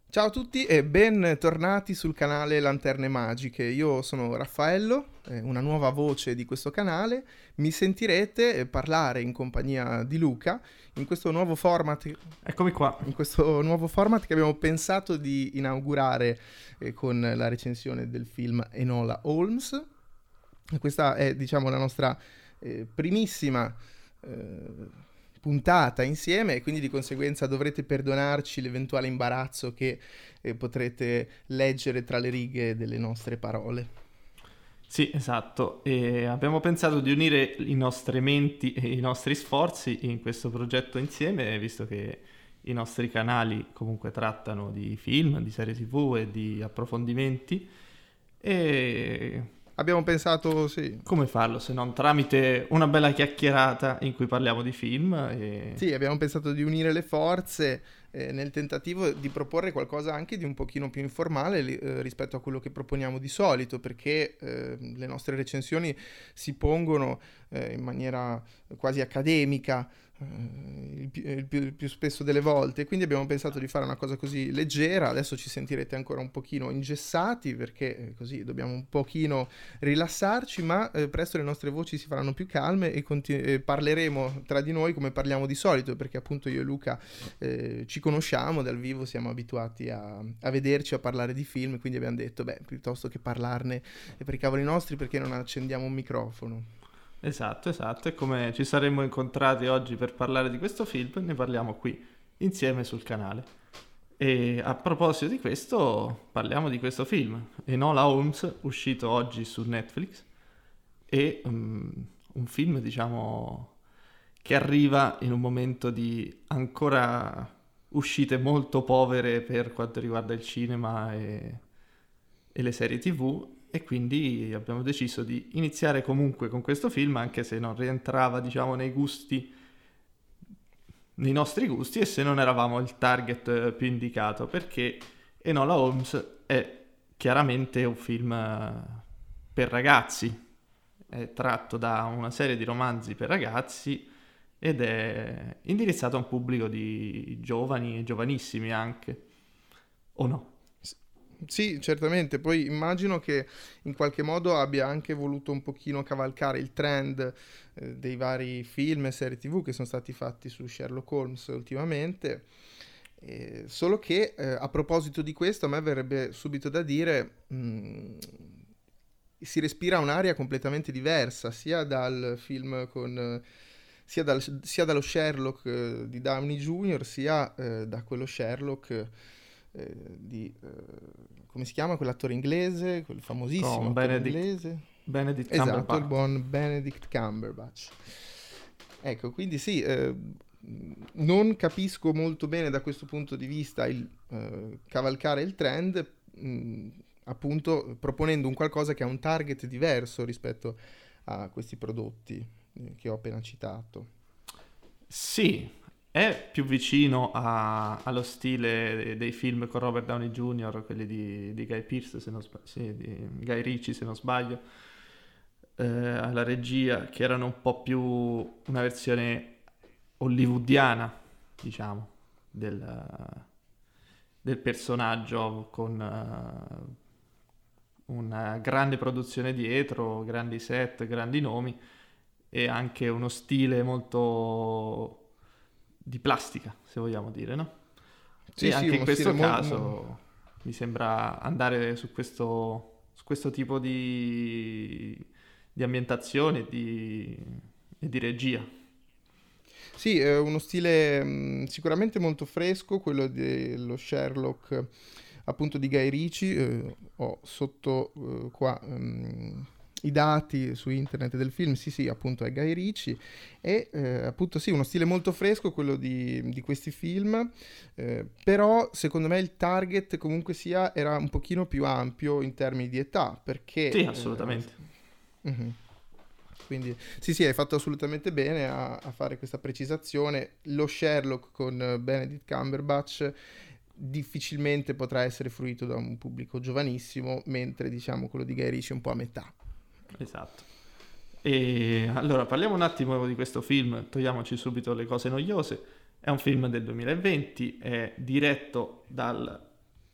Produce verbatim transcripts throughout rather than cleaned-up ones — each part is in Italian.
Ciao a tutti e bentornati sul canale Lanterne Magiche. Io sono Raffaello, eh, una nuova voce di questo canale. Mi sentirete eh, parlare in compagnia di Luca in questo nuovo format, Eccomi qua. in questo nuovo format che abbiamo pensato di inaugurare eh, con la recensione del film Enola Holmes. E questa è, diciamo, la nostra eh, primissima eh, puntata insieme e quindi di conseguenza dovrete perdonarci l'eventuale imbarazzo che eh, potrete leggere tra le righe delle nostre parole. Sì, esatto. E abbiamo pensato di unire le nostre menti e i nostri sforzi in questo progetto insieme, visto che i nostri canali comunque trattano di film, di serie tivù e di approfondimenti. E Abbiamo pensato, sì, come farlo se non tramite una bella chiacchierata in cui parliamo di film? E... sì, abbiamo pensato di unire le forze eh, nel tentativo di proporre qualcosa anche di un pochino più informale li- eh, rispetto a quello che proponiamo di solito, perché eh, le nostre recensioni si pongono eh, in maniera quasi accademica eh, il, più, il più- il più spesso delle volte, quindi abbiamo pensato di fare una cosa così leggera. Adesso ci sentirete ancora un pochino ingessati perché eh, così dobbiamo un pochino rilassarci, ma eh, presto le nostre voci si faranno più calme e, continu- e parleremo tra di noi come parliamo di solito, perché appunto io e Luca eh, ci conosciamo dal vivo, siamo abituati a, a vederci, a parlare di film, quindi abbiamo detto, beh, piuttosto che parlarne per i cavoli nostri, perché non accendiamo un microfono? Esatto, esatto. E come ci saremmo incontrati oggi per parlare di questo film, ne parliamo qui insieme sul canale. E a proposito di questo, parliamo di questo film, Enola Holmes, uscito oggi su Netflix, e um, un film, diciamo, che arriva in un momento di ancora uscite molto povere per quanto riguarda il cinema e, e le serie tivù, e quindi abbiamo deciso di iniziare comunque con questo film, anche se non rientrava, diciamo, nei gusti nei nostri gusti e se non eravamo il target eh, più indicato, perché Enola Holmes è chiaramente un film eh, per ragazzi, è tratto da una serie di romanzi per ragazzi ed è indirizzato a un pubblico di giovani e giovanissimi anche, o no? S- Sì, certamente. Poi immagino che in qualche modo abbia anche voluto un pochino cavalcare il trend eh, dei vari film e serie tivù che sono stati fatti su Sherlock Holmes ultimamente. Eh, solo che eh, a proposito di questo, a me verrebbe subito da dire, mh, si respira un'aria completamente diversa, sia dal film con, eh, sia, dal- sia dallo Sherlock eh, di Downey junior, sia eh, da quello Sherlock eh, di, eh, come si chiama quell'attore inglese, quel famosissimo Con attore Benedict, inglese. Benedict Esatto, il Cumberbatch. buon Benedict Cumberbatch. Ecco, quindi sì, eh, non capisco molto bene da questo punto di vista il eh, cavalcare il trend, mh, appunto proponendo un qualcosa che ha un target diverso rispetto a questi prodotti eh, che ho appena citato. Sì, è più vicino a- allo stile dei film con Robert Downey junior, quelli di, di Guy Pearce, se non sbaglio, sì, di Guy Ritchie, se non sbaglio, eh, alla regia, che erano un po' più una versione hollywoodiana, diciamo, del, del personaggio con eh, una grande produzione dietro, grandi set, grandi nomi e anche uno stile molto di plastica, se vogliamo dire, no? Sì, E sì, anche in uno stile questo molto... caso mi sembra andare su questo, su questo tipo di, di ambientazione e di, e di regia. Sì, è uno stile mh, sicuramente molto fresco, quello dello Sherlock appunto di Guy Ritchie. Eh, ho sotto eh, qua ehm, i dati su internet del film, sì sì, appunto è Guy Ritchie, e eh, appunto sì, uno stile molto fresco quello di, di questi film, eh, però secondo me il target comunque sia era un pochino più ampio in termini di età, Sì, perché... eh, assolutamente. mhm. Quindi sì, sì, hai fatto assolutamente bene a, a fare questa precisazione. Lo Sherlock con eh, Benedict Cumberbatch difficilmente potrà essere fruito da un pubblico giovanissimo, mentre diciamo quello di Guy Ritchie è un po' a metà. Esatto. E allora parliamo un attimo di questo film, togliamoci subito le cose noiose. È un film del duemilaventi, è diretto dal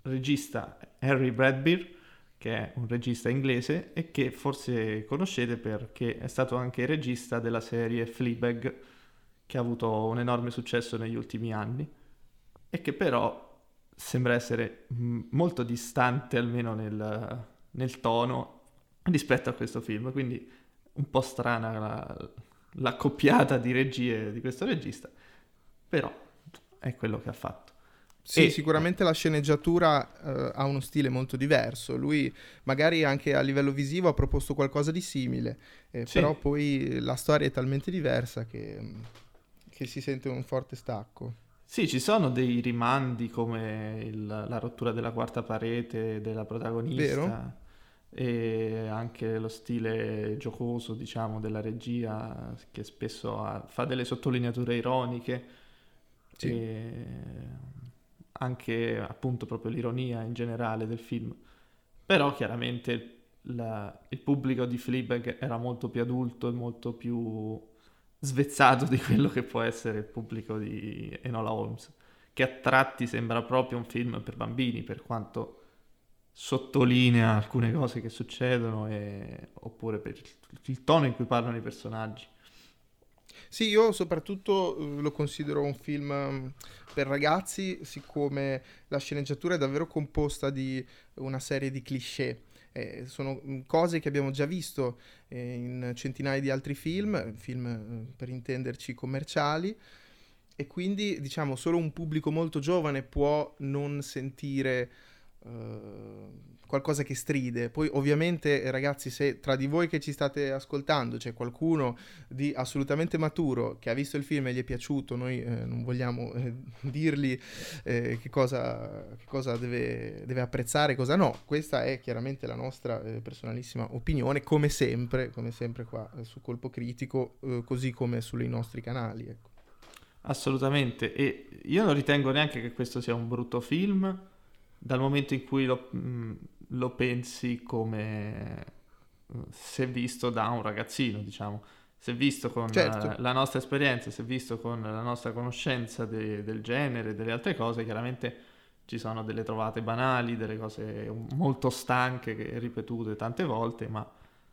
regista Harry Bradbeer, che è un regista inglese e che forse conoscete perché è stato anche il regista della serie Fleabag, che ha avuto un enorme successo negli ultimi anni e che però sembra essere mh, molto distante, almeno nel, nel tono, rispetto a questo film. Quindi un po' strana la, l'accoppiata di regie di questo regista, però è quello che ha fatto. Sì, E sicuramente la sceneggiatura eh, ha uno stile molto diverso. Lui magari anche a livello visivo ha proposto qualcosa di simile, eh, però sì, poi la storia è talmente diversa che, che si sente un forte stacco. sì, ci sono dei rimandi come il- la rottura della quarta parete della Vero? protagonista e anche lo stile giocoso, diciamo, della regia che spesso ha- fa delle sottolineature ironiche Sì. e anche appunto proprio l'ironia in generale del film. Però chiaramente la- il pubblico di Fleabag era molto più adulto e molto più svezzato di quello che può essere il pubblico di Enola Holmes, che a tratti sembra proprio un film per bambini, per quanto sottolinea alcune cose che succedono e- oppure per il, il tono in cui parlano i personaggi. Sì, io soprattutto eh, lo considero un film mm, per ragazzi, siccome la sceneggiatura è davvero composta di una serie di cliché. Eh, sono mm, cose che abbiamo già visto eh, in centinaia di altri film, film eh, per intenderci commerciali, e quindi diciamo solo un pubblico molto giovane può non sentire eh, qualcosa che stride. Poi ovviamente eh, ragazzi, se tra di voi che ci state ascoltando c'è qualcuno di assolutamente maturo che ha visto il film e gli è piaciuto, noi eh, non vogliamo eh, dirgli eh, che cosa, che cosa deve, deve apprezzare, cosa no. Questa è chiaramente la nostra eh, personalissima opinione, come sempre, come sempre qua eh, su Colpo Critico, eh, così come sui nostri canali, ecco. Assolutamente, e io non ritengo neanche che questo sia un brutto film dal momento in cui lo, mh, lo pensi come eh, se visto da un ragazzino, diciamo, se visto con Certo. eh, la nostra esperienza, se visto con la nostra conoscenza de- del genere e delle altre cose, chiaramente ci sono delle trovate banali, delle cose molto stanche, che- ripetute tante volte, ma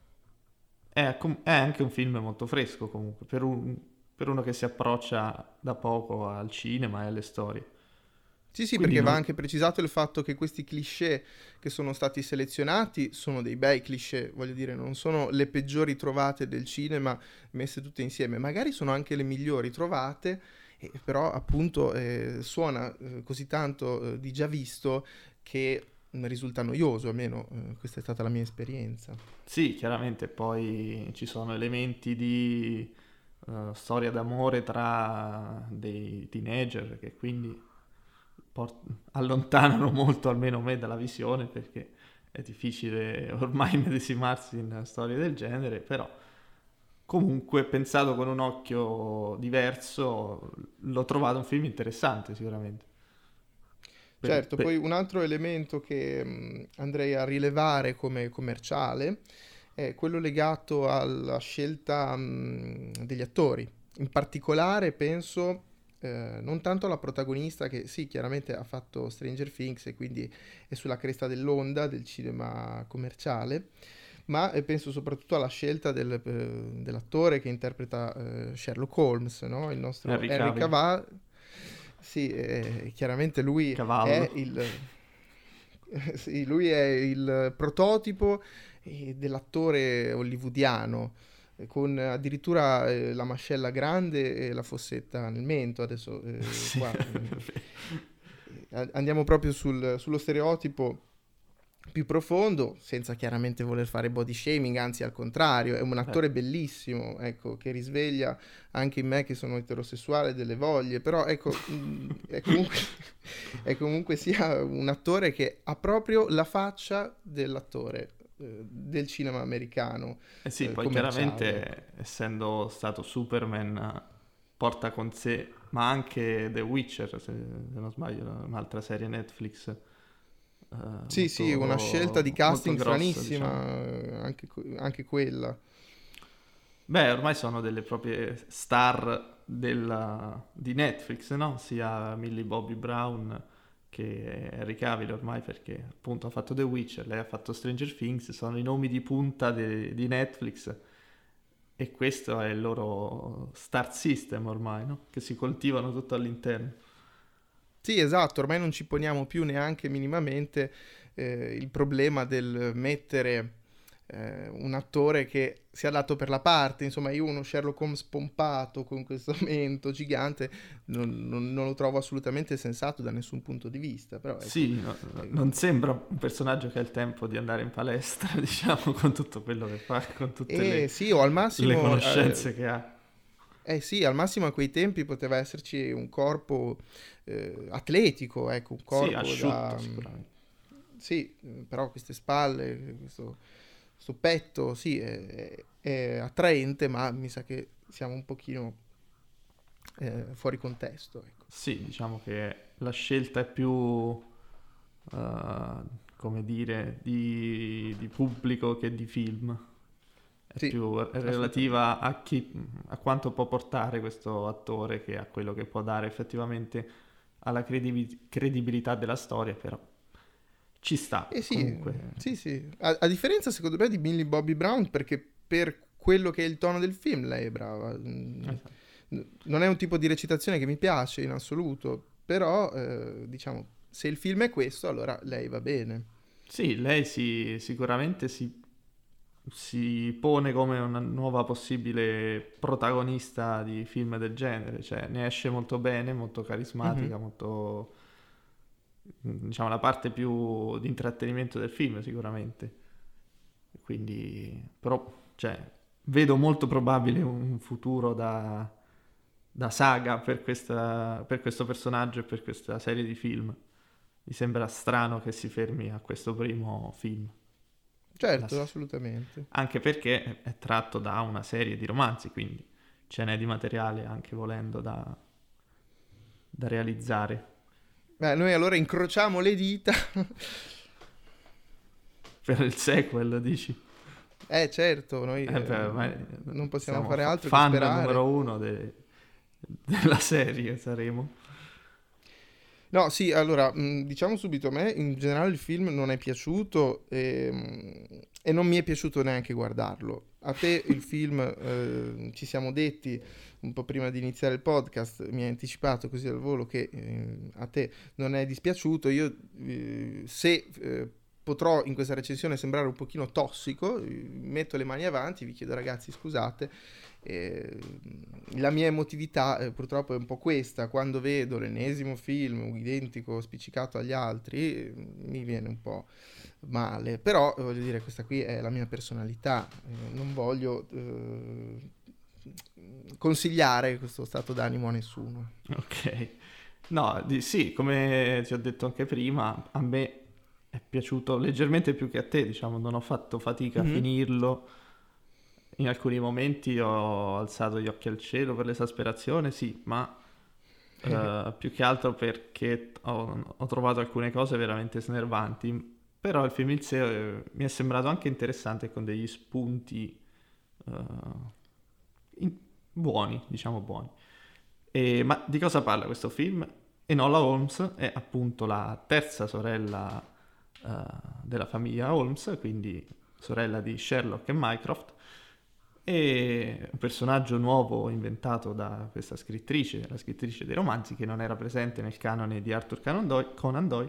è, com- è anche un film molto fresco comunque, per, un- per uno che si approccia da poco al cinema e alle storie. Sì, sì, Quindi perché va non... anche precisato il fatto che questi cliché che sono stati selezionati sono dei bei cliché, voglio dire, non sono le peggiori trovate del cinema messe tutte insieme, magari sono anche le migliori trovate, eh, però appunto eh, suona eh, così tanto eh, di già visto che mm, risulta noioso, almeno eh, questa è stata la mia esperienza. Sì, chiaramente poi ci sono elementi di eh, storia d'amore tra dei teenager che quindi port- allontanano molto almeno me dalla visione perché è difficile ormai medesimarsi in storie del genere, però comunque pensato con un occhio diverso l'ho trovato un film interessante sicuramente. Per- Certo, per- poi un altro elemento che mh, andrei a rilevare come commerciale è quello legato alla scelta mh, degli attori. In particolare penso eh, non tanto alla protagonista che sì, chiaramente ha fatto Stranger Things e quindi è sulla cresta dell'onda del cinema commerciale, ma eh, penso soprattutto alla scelta del, eh, dell'attore che interpreta eh, Sherlock Holmes, no? Il nostro Henry Henry Cavill, Cavill. Sì, eh, chiaramente lui è Cavallo. il, sì, lui è il prototipo eh, dell'attore hollywoodiano, eh, con addirittura eh, la mascella grande e la fossetta nel mento. Adesso eh, Sì. qua mm, eh, andiamo proprio sul- sullo stereotipo più profondo, senza chiaramente voler fare body shaming, anzi al contrario, è un Beh, attore bellissimo, ecco, che risveglia anche in me che sono eterosessuale delle voglie, però ecco, mh, è comunque, è comunque sia un attore che ha proprio la faccia dell'attore eh, del cinema americano eh sì, eh, poi commerciale, ecco. chiaramente essendo stato Superman porta con sé, ma anche The Witcher, se, se non sbaglio, un'altra serie Netflix eh, Sì, sì, una scelta di molto, molto casting grossa, diciamo. stranissima, eh, anche, que- anche quella. Beh, ormai sono delle proprie star della- di Netflix, no? Sia Millie Bobby Brown che è Henry Cavill ormai, perché appunto ha fatto The Witcher, lei ha fatto Stranger Things, sono i nomi di punta de- di Netflix, e questo è il loro star system ormai, no? Che si coltivano tutto all'interno. Sì, esatto, ormai non ci poniamo più neanche minimamente eh, il problema del mettere eh, un attore che sia dato per la parte. Insomma, io uno Sherlock Holmes pompato con questo mento gigante non, non- non lo trovo assolutamente sensato da nessun punto di vista, però ecco. Sì, no- no- eh, non sembra un personaggio che ha il tempo di andare in palestra, diciamo, con tutto quello che fa, con tutte E le, sì, o al le massimo, eh, conoscenze che ha. eh sì, al massimo a quei tempi poteva esserci un corpo eh, atletico, ecco, un Sì, corpo asciutto da... sicuramente. Sì, eh, però queste spalle, questo, questo petto, sì, è, è attraente, ma mi sa che siamo un pochino eh, fuori contesto, ecco. Sì, diciamo che la scelta è più, eh, come dire, di, di pubblico che di film. È Sì, più assolutamente. relativa a chi, a quanto può portare questo attore che a quello che può dare effettivamente alla credibi- credibilità della storia, però ci sta E sì, comunque. sì, sì. A, a differenza secondo me di Millie Bobby Brown, perché per quello che è il tono del film lei è brava. Mm, Esatto. non è un tipo di recitazione che mi piace in assoluto, però eh, diciamo, se il film è questo, allora lei va bene. Sì, lei si, sicuramente si, si pone come una nuova possibile protagonista di film del genere, cioè ne esce molto bene, molto Mhm. carismatica, molto, diciamo, la parte più di intrattenimento del film sicuramente. Quindi, però, cioè, vedo molto probabile un futuro da, da saga per questa, per questo personaggio e per questa serie di film. Mi sembra strano che si fermi a questo primo film. La Certo, se- assolutamente. Anche perché è è tratto da una serie di romanzi, quindi ce n'è di materiale anche volendo da, da realizzare. Beh, noi allora incrociamo le dita. Per il sequel, dici? Eh, certo, noi Eh beh, eh, ormai non possiamo siamo fare fa- altro che fan sperare. numero uno de- della serie, saremo. No, sì, allora, mh, diciamo subito, a me in generale il film non è piaciuto e, e non mi è piaciuto neanche guardarlo. A te il film, eh, ci siamo detti un po' prima di iniziare il podcast, mi hai anticipato così al volo che eh, a te non è dispiaciuto. Io, eh, se eh, potrò in questa recensione sembrare un pochino tossico, eh, metto le mani avanti, vi chiedo ragazzi scusate. Eh, la mia emotività eh, purtroppo è un po' questa, quando vedo l'ennesimo film identico, spiccicato agli altri, eh, mi viene un po' male, però eh, voglio dire, questa qui è la mia personalità, eh, non voglio eh, consigliare questo stato d'animo a nessuno. Ok. No, di- sì, come ti ho detto anche prima, a me è piaciuto leggermente più che a te, diciamo, non ho fatto fatica a Mhm. finirlo. In alcuni momenti ho alzato gli occhi al cielo per l'esasperazione, sì, ma eh, più che altro perché ho, ho trovato alcune cose veramente snervanti. Però il film in sé eh, mi è sembrato anche interessante con degli spunti eh, in- buoni, diciamo buoni. E- ma di cosa parla questo film? Enola Holmes è appunto la terza sorella eh, della famiglia Holmes, quindi sorella di Sherlock e Mycroft, e un personaggio nuovo inventato da questa scrittrice, la scrittrice dei romanzi, che non era presente nel canone di Arthur Conan Doyle, Conan Doyle.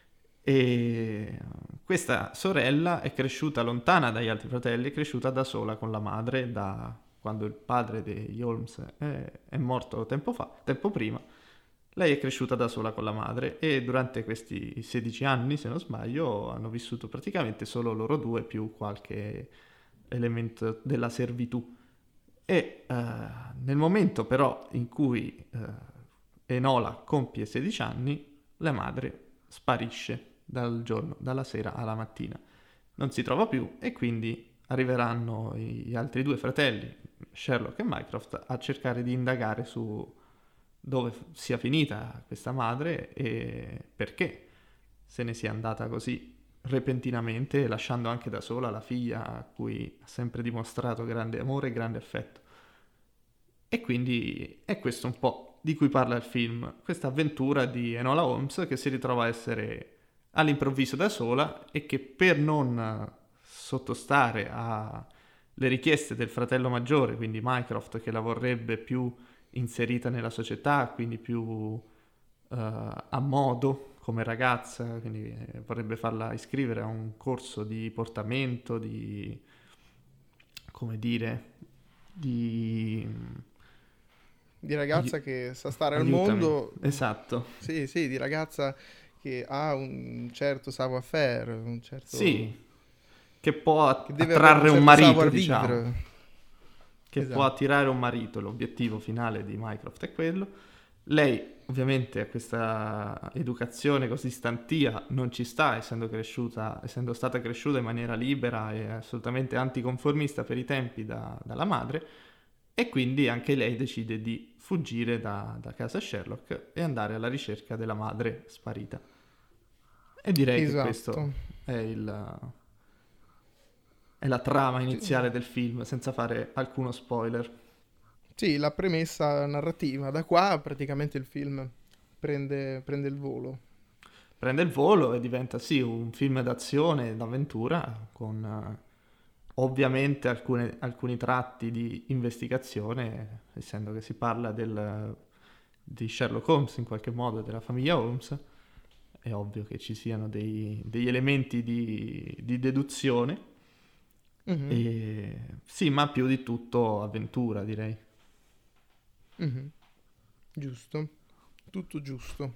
E questa sorella è cresciuta lontana dagli altri fratelli, è cresciuta da sola con la madre da quando il padre degli Holmes è, è morto tempo fa, tempo prima. Lei è cresciuta da sola con la madre e durante questi sedici anni, se non sbaglio, hanno vissuto praticamente solo loro due più qualche elemento della servitù. E eh, nel momento però in cui eh, Enola compie sedici anni, la madre sparisce dal giorno, dalla sera alla mattina. Non si trova più e quindi arriveranno gli altri due fratelli, Sherlock e Mycroft, a cercare di indagare su dove f- sia finita questa madre e perché se ne sia andata così repentinamente, lasciando anche da sola la figlia a cui ha sempre dimostrato grande amore e grande affetto. E quindi è questo un po' di cui parla il film, questa avventura di Enola Holmes che si ritrova a essere all'improvviso da sola e che per non sottostare alle richieste del fratello maggiore, quindi Mycroft, che la vorrebbe più inserita nella società, quindi più uh, a modo come ragazza, quindi eh, vorrebbe farla iscrivere a un corso di portamento, di, come dire, di... Di ragazza Ai- che sa stare al aiutami. mondo, Esatto. sì, sì, di ragazza che ha un certo savoir-faire, un certo... Sì, che può che att- deve avere un attrarre un certo marito, diciamo. savoir-vivre. Che può Esatto. attirare un marito, l'obiettivo finale di Mycroft è quello. Lei ovviamente a questa educazione così stantia non ci sta, essendo cresciuta, essendo stata cresciuta in maniera libera e assolutamente anticonformista per i tempi da- dalla madre, e quindi anche lei decide di fuggire da, da casa Sherlock e andare alla ricerca della madre sparita. E direi che questo Esatto. è il, è la trama Sì, iniziale del film, senza fare alcuno spoiler. sì, la premessa narrativa. Da qua praticamente il film prende, prende il volo. Prende il volo e diventa sì un film d'azione e d'avventura con eh, ovviamente alcune- alcuni tratti di investigazione, essendo che si parla del- di Sherlock Holmes in qualche modo, della famiglia Holmes, è ovvio che ci siano dei- degli elementi di, di deduzione, Mhm, e, sì, ma più di tutto avventura, direi. mhm. Giusto, tutto giusto.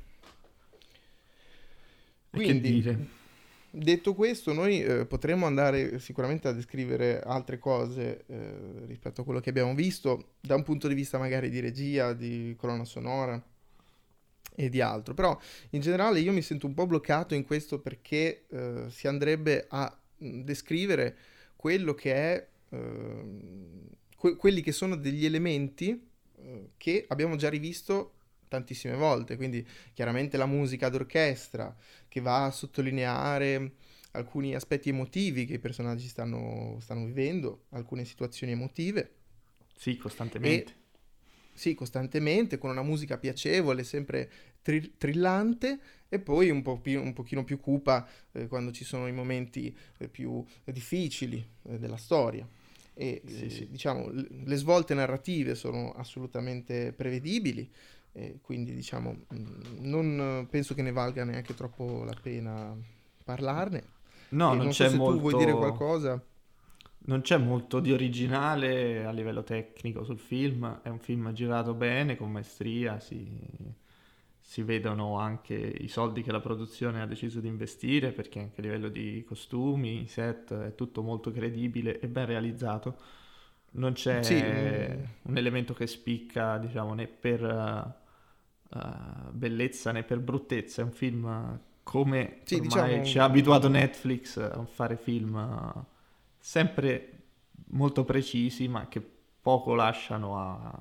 E che Quindi, dire? detto questo, noi eh, potremmo andare sicuramente a descrivere altre cose eh, rispetto a quello che abbiamo visto, da un punto di vista magari di regia, di colonna sonora e di altro. Però in generale io mi sento un po' bloccato in questo perché eh, si andrebbe a mh, descrivere quello che è, ehm, que- quelli che sono degli elementi eh, che abbiamo già rivisto tantissime volte, quindi chiaramente la musica d'orchestra che va a sottolineare alcuni aspetti emotivi che i personaggi stanno, stanno vivendo, alcune situazioni emotive Sì, e costantemente. sì, costantemente, con una musica piacevole, sempre tri- trillante, e poi un po' più- un pochino più cupa eh, quando ci sono i momenti eh, più difficili eh, della storia. E Sì, eh, sì. diciamo, l- le svolte narrative sono assolutamente prevedibili, e quindi diciamo, mh, non penso che ne valga neanche troppo la pena parlarne. No, E non non so c'è se tu vuoi dire molto. qualcosa. Non c'è molto di originale a livello tecnico sul film, è un film girato bene, con maestria, si, si vedono anche i soldi che la produzione ha deciso di investire, perché anche a livello di costumi, set, è tutto molto credibile e ben realizzato. Non Sì, c'è mm, un elemento che spicca, diciamo, né per eh, eh, bellezza né per bruttezza, è un film eh, come sì, ormai diciamo, ci ha abituato Netflix a fare film eh, sempre molto precisi, ma che poco lasciano a,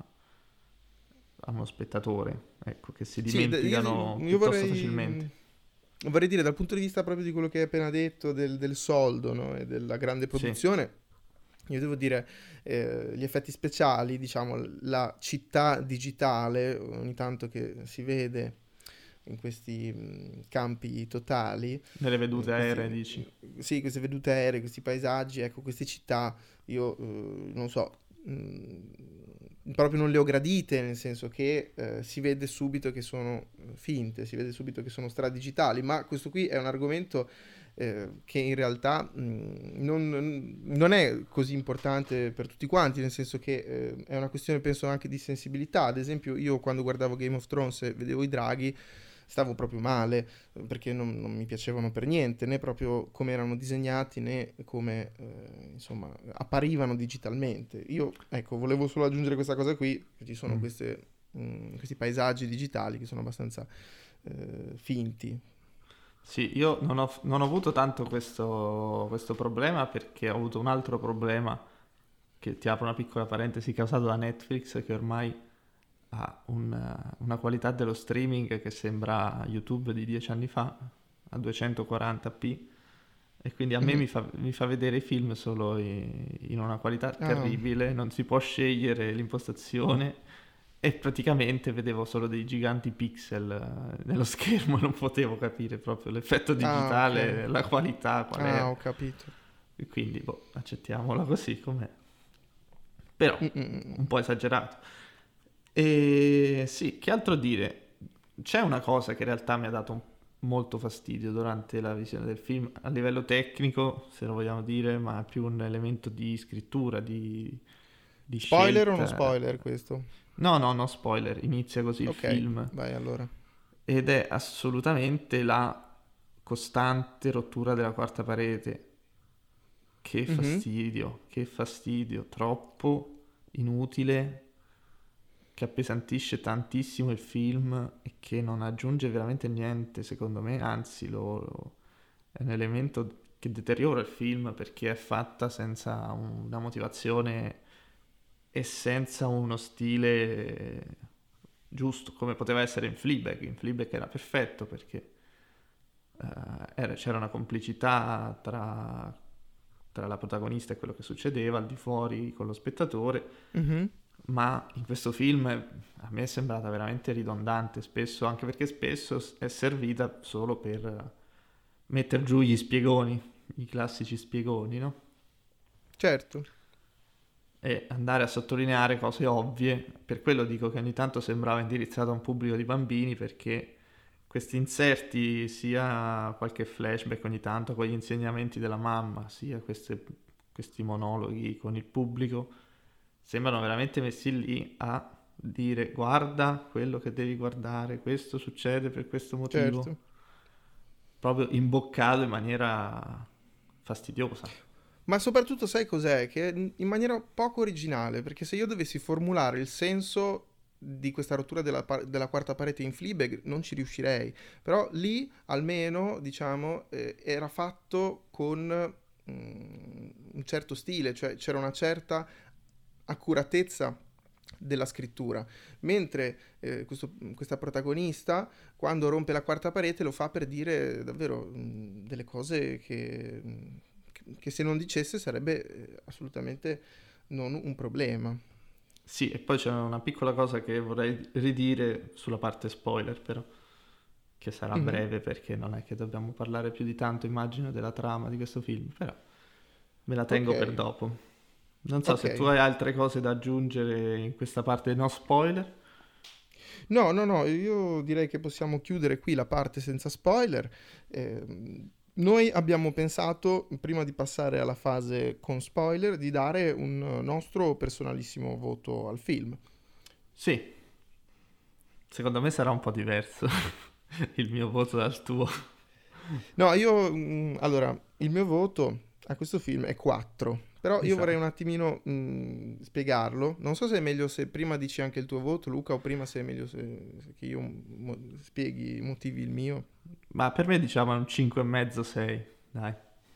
a uno spettatore, ecco, che si sì, d- io, dimenticano io piuttosto vorrei, facilmente. mh, vorrei dire dal punto di vista proprio di quello che hai appena detto, del, del soldo, no, e della grande Sì, produzione, io devo dire, eh, gli effetti speciali, diciamo, la città digitale, ogni tanto che si vede in questi mh, campi totali, nelle eh, vedute aeree, questi, dici. sì, queste vedute aeree, questi paesaggi, ecco, queste città, io eh, non so, mh, proprio non le ho gradite, nel senso che eh, si vede subito che sono eh, finte, si vede subito che sono stradigitali, ma questo qui è un argomento eh, che in realtà mh, non, non è così importante per tutti quanti, nel senso che eh, è una questione, penso, anche di sensibilità. Ad esempio, io quando guardavo Game of Thrones e vedevo i draghi, stavo proprio male eh, perché non, non mi piacevano per niente, né proprio come erano disegnati né come eh, insomma apparivano digitalmente. Io ecco, volevo solo aggiungere questa cosa qui, che ci sono Mm. queste, mh, questi paesaggi digitali che sono abbastanza eh, finti. Sì, io non ho, non ho avuto tanto questo, questo problema perché ho avuto un altro problema che ti apro una piccola parentesi causato da Netflix che ormai ha un- una qualità dello streaming che sembra YouTube di dieci anni fa a duecentoquaranta p e quindi a me Mhm. mi fa, mi fa vedere i film solo i- in una qualità Ah, terribile, non si può scegliere l'impostazione e praticamente vedevo solo dei giganti pixel eh, nello schermo, non potevo capire proprio l'effetto Ah, ok. digitale, la qualità qual Ah, era. ho capito. E quindi, boh, accettiamola così com'è. Però, Mm-mm. un po' esagerato. E sì, che altro dire? C'è una cosa che in realtà mi ha dato un- molto fastidio durante la visione del film, a livello tecnico, se lo vogliamo dire, ma è più un elemento di scrittura, di, di Spoiler o non scelta. spoiler questo? No, no, no spoiler, inizia così il Ok, film vai allora. ed è assolutamente la costante rottura della quarta parete. Che Mhm. fastidio, che fastidio, troppo inutile, che appesantisce tantissimo il film e che non aggiunge veramente niente, secondo me, anzi lo, lo- è un elemento che deteriora il film perché è fatta senza una motivazione e senza uno stile giusto, come poteva essere in Fleabag. In Fleabag era perfetto perché eh, era- c'era una complicità tra, tra la protagonista e quello che succedeva al di fuori con lo spettatore, Mhm. ma in questo film a me è sembrata veramente ridondante spesso, anche perché spesso è servita solo per mettere giù gli spiegoni, i classici spiegoni, no? Certo. E andare a sottolineare cose ovvie. Per quello dico che ogni tanto sembrava indirizzato a un pubblico di bambini, perché questi inserti, sia qualche flashback ogni tanto con gli insegnamenti della mamma, sia queste- questi monologhi con il pubblico, sembrano veramente messi lì a dire guarda quello che devi guardare, questo succede per questo motivo, Certo. proprio imboccato in maniera fastidiosa. Ma soprattutto sai cos'è? Che in in maniera poco originale, perché se io dovessi formulare il senso di questa rottura della, par- della quarta parete in Fleabag non ci riuscirei. Però lì almeno, diciamo, eh, era fatto con mm, un certo stile, cioè c'era una certa accuratezza della scrittura, mentre eh, questo- questa protagonista quando rompe la quarta parete lo fa per dire davvero mh, delle cose che, mh, che- che se non dicesse sarebbe eh, assolutamente non un problema. Sì, e poi c'è una piccola cosa che vorrei ridire sulla parte spoiler, però, che sarà Mhm. breve perché non è che dobbiamo parlare più di tanto, immagino, della trama di questo film, però me la Ok, tengo per dopo. Non so ok. se tu hai altre cose da aggiungere in questa parte no spoiler. No, no, no, io direi che possiamo chiudere qui la parte senza spoiler. Ehm, noi abbiamo pensato, prima di passare alla fase con spoiler, di dare un nostro personalissimo voto al film. Sì, secondo me sarà un po' diverso il mio voto dal tuo. No, io, mm, allora, il mio voto a questo film è quattro, però io vorrei un Esatto. attimino mm, spiegarlo. Non so se è meglio se prima dici anche il tuo voto, Luca, o prima se è meglio se, se che io mo- spieghi, motivi il mio. Ma per me diciamo è un cinque e mezzo sei, dai.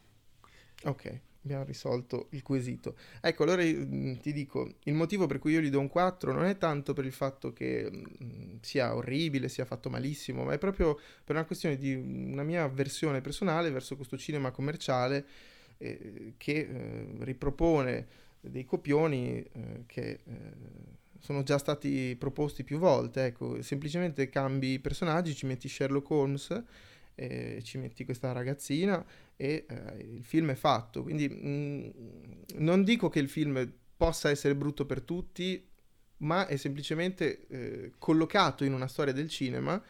Ok, abbiamo risolto il quesito. Ecco, allora mm, ti dico, il motivo per cui io gli do un quattro non è tanto per il fatto che mm, sia orribile, sia fatto malissimo, ma è proprio per una questione di una mia avversione personale verso questo cinema commerciale eh, che eh, ripropone dei copioni eh, che eh, sono già stati proposti più volte. Ecco, semplicemente cambi i personaggi, ci metti Sherlock Holmes, eh, ci metti questa ragazzina e eh, il film è fatto. Quindi mh, non dico che il film possa essere brutto per tutti, ma è semplicemente eh, collocato in una storia del cinema.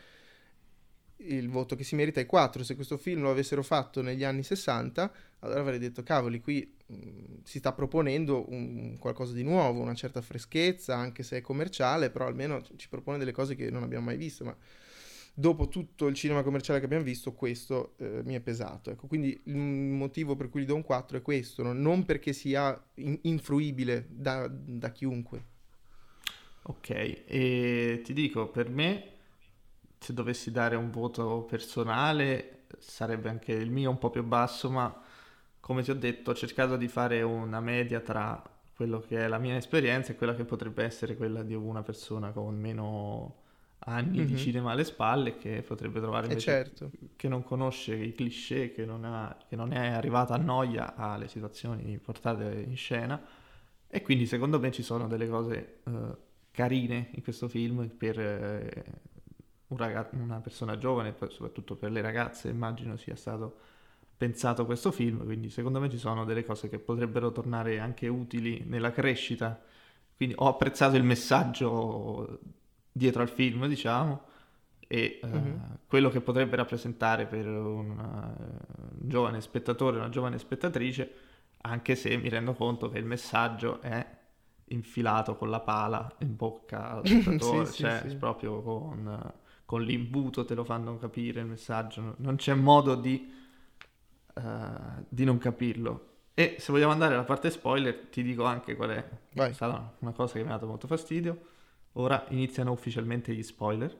Il voto che si merita è quattro. Se questo film lo avessero fatto negli anni sessanta, allora avrei detto, cavoli, qui mh, si sta proponendo un, qualcosa di nuovo, una certa freschezza, anche se è commerciale, però almeno ci propone delle cose che non abbiamo mai visto. Ma dopo tutto il cinema commerciale che abbiamo visto, questo eh, mi è pesato. Ecco, quindi il motivo per cui gli do un quattro è questo, no? Non perché sia in- infruibile da, da chiunque. Ok, e ti dico, per me, se dovessi dare un voto personale, sarebbe anche il mio un po' più basso, ma come ti ho detto, ho cercato di fare una media tra quello che è la mia esperienza e quella che potrebbe essere quella di una persona con meno anni di Mhm. cinema alle spalle, che potrebbe trovare E invece certo, che non conosce i cliché, che non, ha- che non è arrivata a noia alle situazioni portate in scena. E quindi secondo me ci sono delle cose eh, carine in questo film per eh, un raga- una persona giovane, poi soprattutto per le ragazze, immagino sia stato pensato questo film, quindi secondo me ci sono delle cose che potrebbero tornare anche utili nella crescita. Quindi ho apprezzato il messaggio dietro al film, diciamo, e eh, Mhm. quello che potrebbe rappresentare per un, eh, un giovane spettatore, una giovane spettatrice, anche se mi rendo conto che il messaggio è infilato con la pala in bocca allo Sì, spettatore, sì, cioè sì. proprio con, con l'imbuto te lo fanno capire il messaggio, non c'è modo di, eh, di non capirlo. E se vogliamo andare alla parte spoiler, ti dico anche qual è Vai. stata una cosa che mi ha dato molto fastidio. Ora iniziano ufficialmente gli spoiler,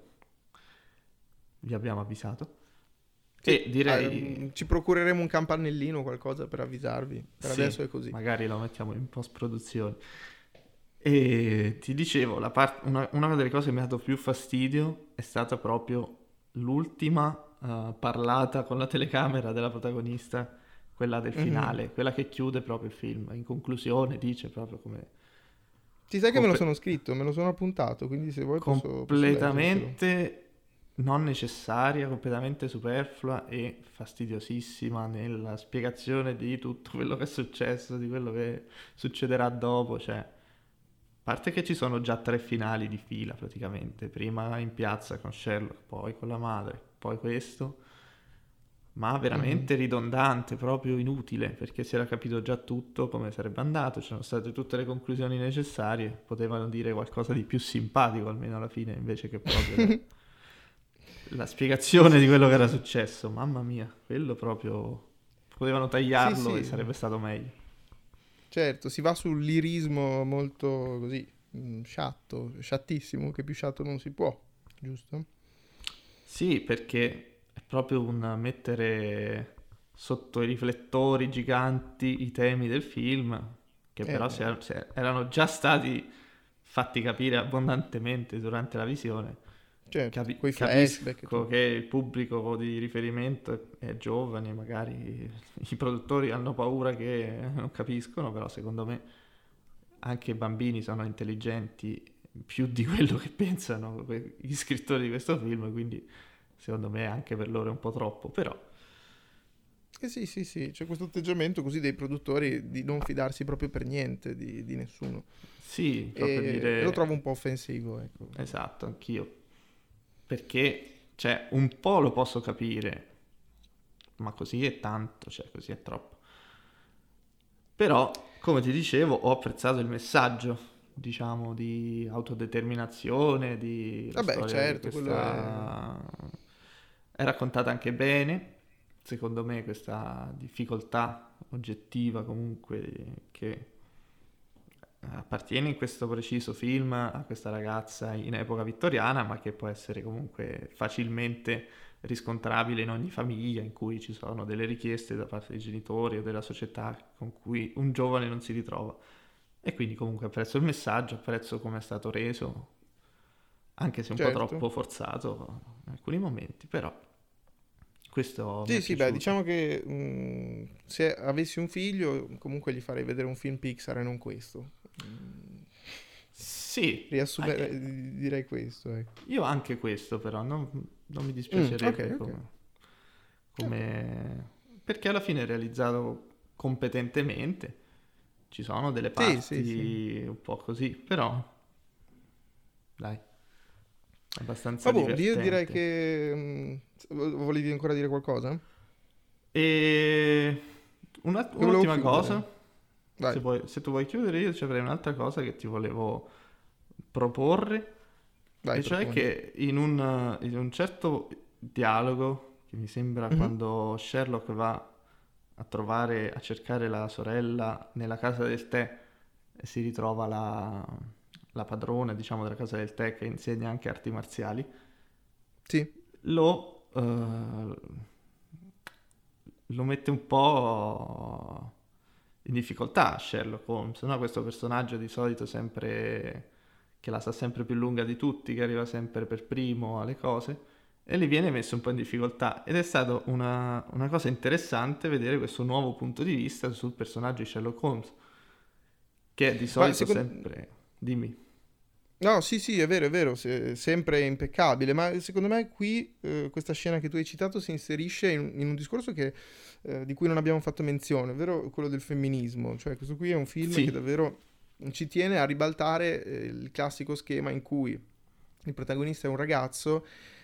vi abbiamo avvisato. Sì, E ah, direi, mm, ci procureremo un campanellino o qualcosa per avvisarvi. Per sì, adesso è così. magari lo mettiamo in post-produzione. E ti dicevo, la part- una, una delle cose che mi ha dato più fastidio è stata proprio l'ultima eh, parlata con la telecamera della protagonista, quella del Mhm. finale, quella che chiude proprio il film. In conclusione dice proprio come Ti sai che me lo comple- sono scritto, me lo sono appuntato, quindi se vuoi posso, posso leggertelo. completamente non necessaria, completamente superflua e fastidiosissima nella spiegazione di tutto quello che è successo, di quello che succederà dopo, cioè a parte che ci sono già tre finali di fila praticamente, prima in piazza con Sherlock, poi con la madre, poi questo, ma Mhm. veramente ridondante, proprio inutile, perché si era capito già tutto come sarebbe andato, c'erano state tutte le conclusioni necessarie, potevano dire qualcosa di più simpatico almeno alla fine, invece che proprio la, la Sì, spiegazione sì, di quello sì, che era sì. successo. Mamma mia, quello proprio potevano Sì, tagliarlo e sì, sarebbe stato meglio. certo, si va sul lirismo molto così, mm, sciatto, sciattissimo, che più sciatto non si può, giusto? Sì, perché è proprio un mettere sotto i riflettori giganti i temi del film, che però si Eh, er- si er- erano già stati fatti capire abbondantemente durante la visione. certo, Capi- coi flashback e capisco che tutto. il pubblico di riferimento è, è giovane, magari i produttori hanno paura che non capiscono, però secondo me anche i bambini sono intelligenti più di quello che pensano que- gli scrittori di questo film, quindi secondo me anche per loro è un po' troppo, però Eh sì, sì, sì, c'è questo atteggiamento così dei produttori di non fidarsi proprio per niente di, di nessuno. sì, proprio E, e lo trovo un dire po' offensivo, ecco. esatto, anch'io, perché cioè un po' lo posso capire, ma così è tanto, cioè così è troppo. Però, come ti dicevo, ho apprezzato il messaggio, diciamo, di autodeterminazione, di la Vabbè, storia di certo, quello è... questa... È raccontata anche bene, secondo me, questa difficoltà oggettiva comunque che appartiene in questo preciso film a questa ragazza in epoca vittoriana, ma che può essere comunque facilmente riscontrabile in ogni famiglia in cui ci sono delle richieste da parte dei genitori o della società con cui un giovane non si ritrova. E quindi comunque apprezzo il messaggio, apprezzo come è stato reso, anche se un po' Certo. troppo forzato in alcuni momenti, però questo mi è Sì, sì, beh, piaciuto. diciamo che mm, se avessi un figlio, comunque gli farei vedere un film Pixar e non questo. Mm, Sì, eh, riassumerei, direi questo, ecco. io anche questo però, non, non mi Mm, ok, dispiacerebbe ok. come, Ok. come... perché alla fine è realizzato competentemente, ci sono delle Sì, sì, sì. parti un po' così, però dai, abbastanza Vabbè, io direi divertente. che... mm, vo- volevi ancora dire qualcosa? E una- Io volevo un'ultima cosa, chiudere. se Vai. vuoi- se tu vuoi chiudere io ci avrei un'altra cosa che ti volevo proporre, Vai, e cioè proponi. che in un, in un certo dialogo, che mi sembra Mhm. quando Sherlock va a trovare, a cercare la sorella nella casa del tè e si ritrova la, la padrona, diciamo, della casa del tè che insegna anche arti marziali, Sì. lo, eh, lo mette un po' in difficoltà Sherlock Holmes, no? Questo personaggio di solito sempre che la sa sempre più lunga di tutti, che arriva sempre per primo alle cose, e gli viene messo un po' in difficoltà. Ed è stata una, una cosa interessante vedere questo nuovo punto di vista sul personaggio di Sherlock Holmes, che è di Ma solito secondo... sempre... Dimmi. No, sì, sì, è vero, è vero, se- sempre impeccabile, ma secondo me qui eh, questa scena che tu hai citato si inserisce in, in un discorso che, eh, di cui non abbiamo fatto menzione, ovvero quello del femminismo. Cioè, questo qui è un film che Sì, davvero ci tiene a ribaltare eh, il classico schema in cui il protagonista è un ragazzo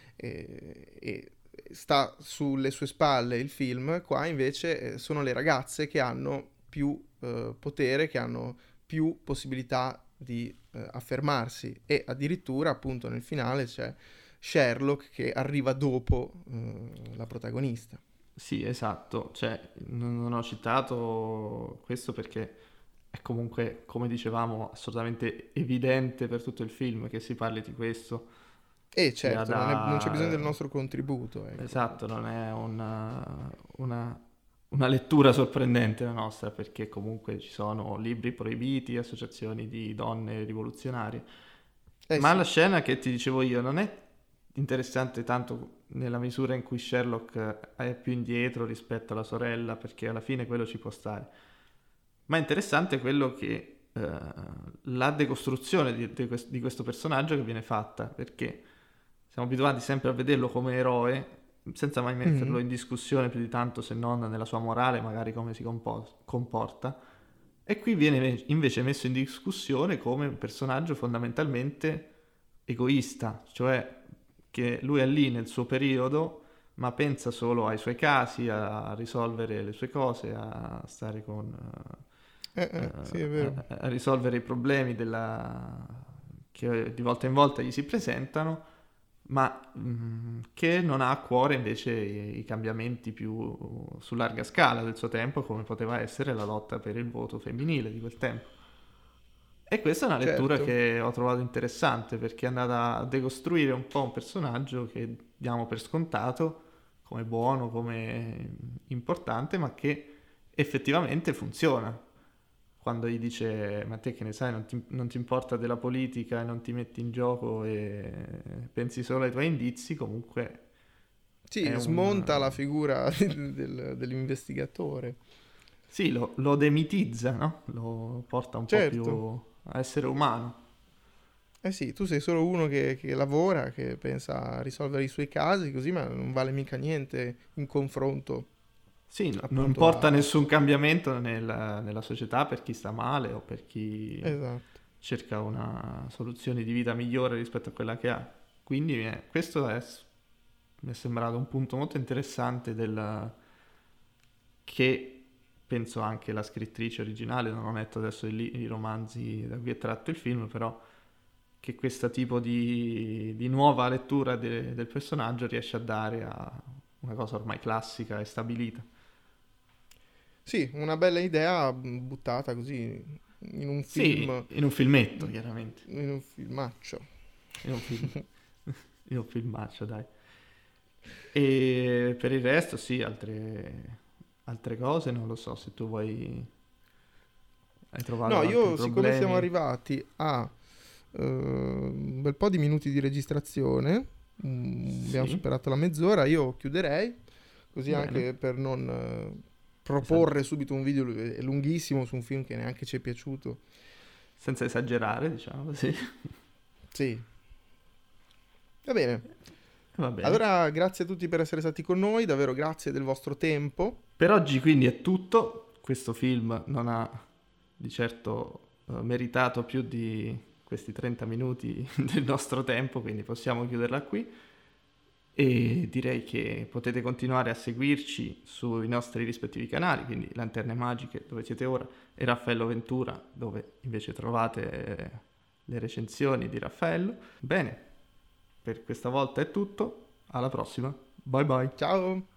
eh, e sta sulle sue spalle il film. Qua invece eh, sono le ragazze che hanno più eh, potere, che hanno più possibilità di eh, affermarsi, e addirittura appunto nel finale c'è Sherlock che arriva dopo eh, la protagonista. sì, esatto. Cioè, non, non ho citato questo perché è comunque, come dicevamo, assolutamente evidente per tutto il film che si parli di questo, E sia certo, non, è- non c'è bisogno del da... nostro contributo, ecco. Esatto, non è una, una- una lettura sorprendente la nostra, perché comunque ci sono libri proibiti, associazioni di donne rivoluzionarie. Eh Ma sì, la scena che ti dicevo io non è interessante tanto nella misura in cui Sherlock è più indietro rispetto alla sorella, perché alla fine quello ci può stare. Ma è interessante quello che eh, la decostruzione di, di quest- di questo personaggio che viene fatta, perché siamo abituati sempre a vederlo come eroe, senza mai mhm, metterlo in discussione più di tanto, se non nella sua morale, magari come si compo- comporta. E qui viene invece messo in discussione come un personaggio fondamentalmente egoista, cioè che lui è lì nel suo periodo, ma pensa solo ai suoi casi, a risolvere le sue cose, a stare con... eh, eh, eh, sì, è a, vero. a risolvere i problemi della... che di volta in volta gli si presentano, ma mh, che non ha a cuore invece i, i cambiamenti più su larga scala del suo tempo, come poteva essere la lotta per il voto femminile di quel tempo. E questa è una lettura Certo, che ho trovato interessante perché è andata a decostruire un po' un personaggio che diamo per scontato come buono, come importante, ma che effettivamente funziona. Quando gli dice, ma te che ne sai, non ti, non ti importa della politica e non ti metti in gioco e pensi solo ai tuoi indizi, comunque è sì, smonta la un... figura del- dell'investigatore. Sì, lo, lo demitizza, no? Lo porta un po' più Certo, a essere umano. eh sì, tu sei solo uno che, che lavora, che pensa a risolvere i suoi casi, così, ma non vale mica niente in confronto Sì, no- non appunto porta a... nessun cambiamento nel- nella società per chi sta male o per chi Esatto. cerca una soluzione di vita migliore rispetto a quella che ha. Quindi mi è- questo è, mi è sembrato un punto molto interessante del, che penso anche la scrittrice originale, non ho letto adesso i, li- i romanzi da cui è tratto il film, però che questo tipo di, di nuova lettura de- del personaggio riesce a dare a una cosa ormai classica e stabilita. Sì, una bella idea mh, buttata così in un Sì, film, in un filmetto, chiaramente. in un filmaccio. In un film, in un filmaccio, dai. E per il resto, sì, altre, altre cose, non lo so, se tu vuoi... Hai No, trovato altri io siccome siamo problemi? arrivati a eh, un bel po' di minuti di registrazione, mm, abbiamo Sì, superato la mezz'ora, io chiuderei, così bene. anche per non eh, Esag- proporre subito un video lu- lunghissimo su un film che neanche ci è piaciuto. senza esagerare, diciamo, sì. Sì, va bene. Va bene. Allora, grazie a tutti per essere stati con noi, davvero grazie del vostro tempo. Per oggi quindi è tutto. Questo film non ha di certo eh, meritato più di questi trenta minuti del nostro tempo, quindi possiamo chiuderla qui. E direi che potete continuare a seguirci sui nostri rispettivi canali, quindi Lanterne Magiche, dove siete ora, e Raffaello Ventura, dove invece trovate eh, le recensioni di Raffaello. Bene, per questa volta è tutto. Alla prossima. Bye bye. Ciao!